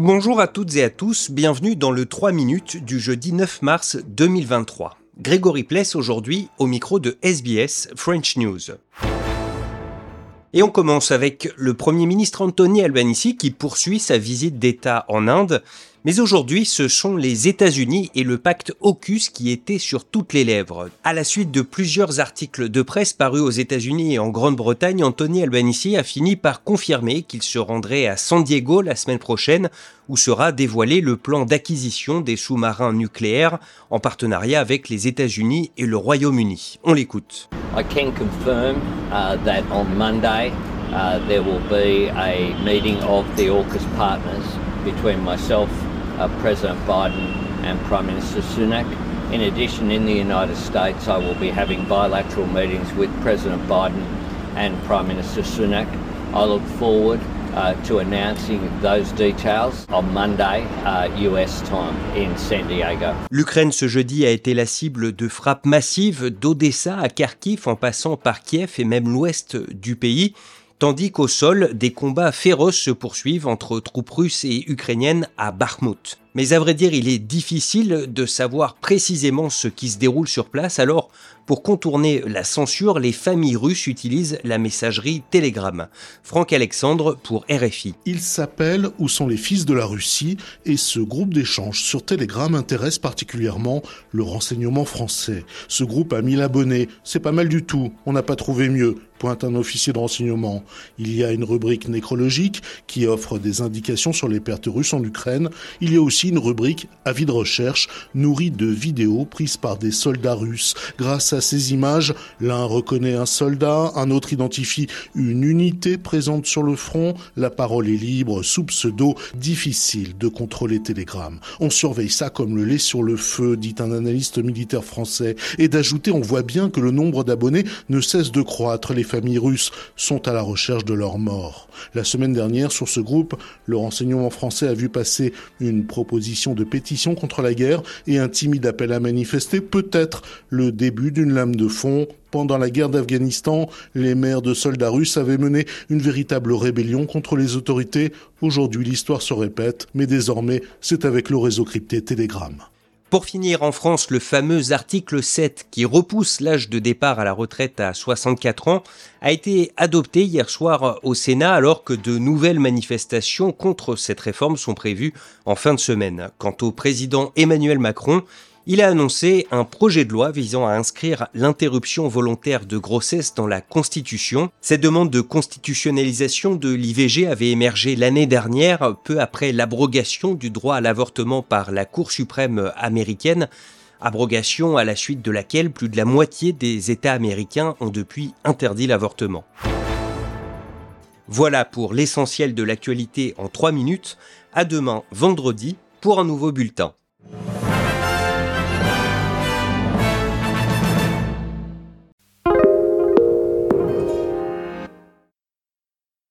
Bonjour à toutes et à tous, bienvenue dans le 3 minutes du jeudi 9 mars 2023. Grégory Pless aujourd'hui au micro de SBS French News. Et on commence avec le Premier ministre Anthony Albanese qui poursuit sa visite d'État en Inde. Mais aujourd'hui, ce sont les États-Unis et le pacte AUKUS qui étaient sur toutes les lèvres. À la suite de plusieurs articles de presse parus aux États-Unis et en Grande-Bretagne, Anthony Albanese a fini par confirmer qu'il se rendrait à San Diego la semaine prochaine, où sera dévoilé le plan d'acquisition des sous-marins nucléaires en partenariat avec les États-Unis et le Royaume-Uni. On l'écoute. I can confirm that on Monday there will be a meeting of the AUKUS partners between myself, President Biden and Prime Minister Sunak. In addition, in the United States, I will be having bilateral meetings with President Biden and Prime Minister Sunak. I look forward to announcing those details on Monday, US time in San Diego. L'Ukraine ce jeudi a été la cible de frappes massives d'Odessa à Kharkiv en passant par Kiev et même l'ouest du pays. Tandis qu'au sol, des combats féroces se poursuivent entre troupes russes et ukrainiennes à Bakhmout. Mais à vrai dire, il est difficile de savoir précisément ce qui se déroule sur place, alors pour contourner la censure, les familles russes utilisent la messagerie Telegram. Franck Alexandre pour RFI. Il s'appelle « Où sont les fils de la Russie ?» et ce groupe d'échange sur Telegram intéresse particulièrement le renseignement français. Ce groupe a 1000 abonnés, c'est pas mal du tout, on n'a pas trouvé mieux, pointe un officier de renseignement. Il y a une rubrique nécrologique qui offre des indications sur les pertes russes en Ukraine. Il y a aussi une rubrique avis de recherche nourrie de vidéos prises par des soldats russes. Grâce à ces images, l'un reconnaît un soldat, un autre identifie une unité présente sur le front. La parole est libre, sous pseudo, difficile de contrôler Telegram. On surveille ça comme le lait sur le feu, dit un analyste militaire français. Et d'ajouter, on voit bien que le nombre d'abonnés ne cesse de croître. Les familles russes sont à la recherche de leur mort. La semaine dernière, sur ce groupe, le renseignement français a vu passer une proposition de pétition contre la guerre et un timide appel à manifester, peut-être le début d'une lame de fond. Pendant la guerre d'Afghanistan, les mères de soldats russes avaient mené une véritable rébellion contre les autorités. Aujourd'hui, l'histoire se répète, mais désormais, c'est avec le réseau crypté Telegram. Pour finir, en France, le fameux article 7 qui repousse l'âge de départ à la retraite à 64 ans a été adopté hier soir au Sénat alors que de nouvelles manifestations contre cette réforme sont prévues en fin de semaine. Quant au président Emmanuel Macron, il a annoncé un projet de loi visant à inscrire l'interruption volontaire de grossesse dans la Constitution. Cette demande de constitutionnalisation de l'IVG avait émergé l'année dernière, peu après l'abrogation du droit à l'avortement par la Cour suprême américaine, abrogation à la suite de laquelle plus de la moitié des États américains ont depuis interdit l'avortement. Voilà pour l'essentiel de l'actualité en 3 minutes. À demain, vendredi, pour un nouveau bulletin.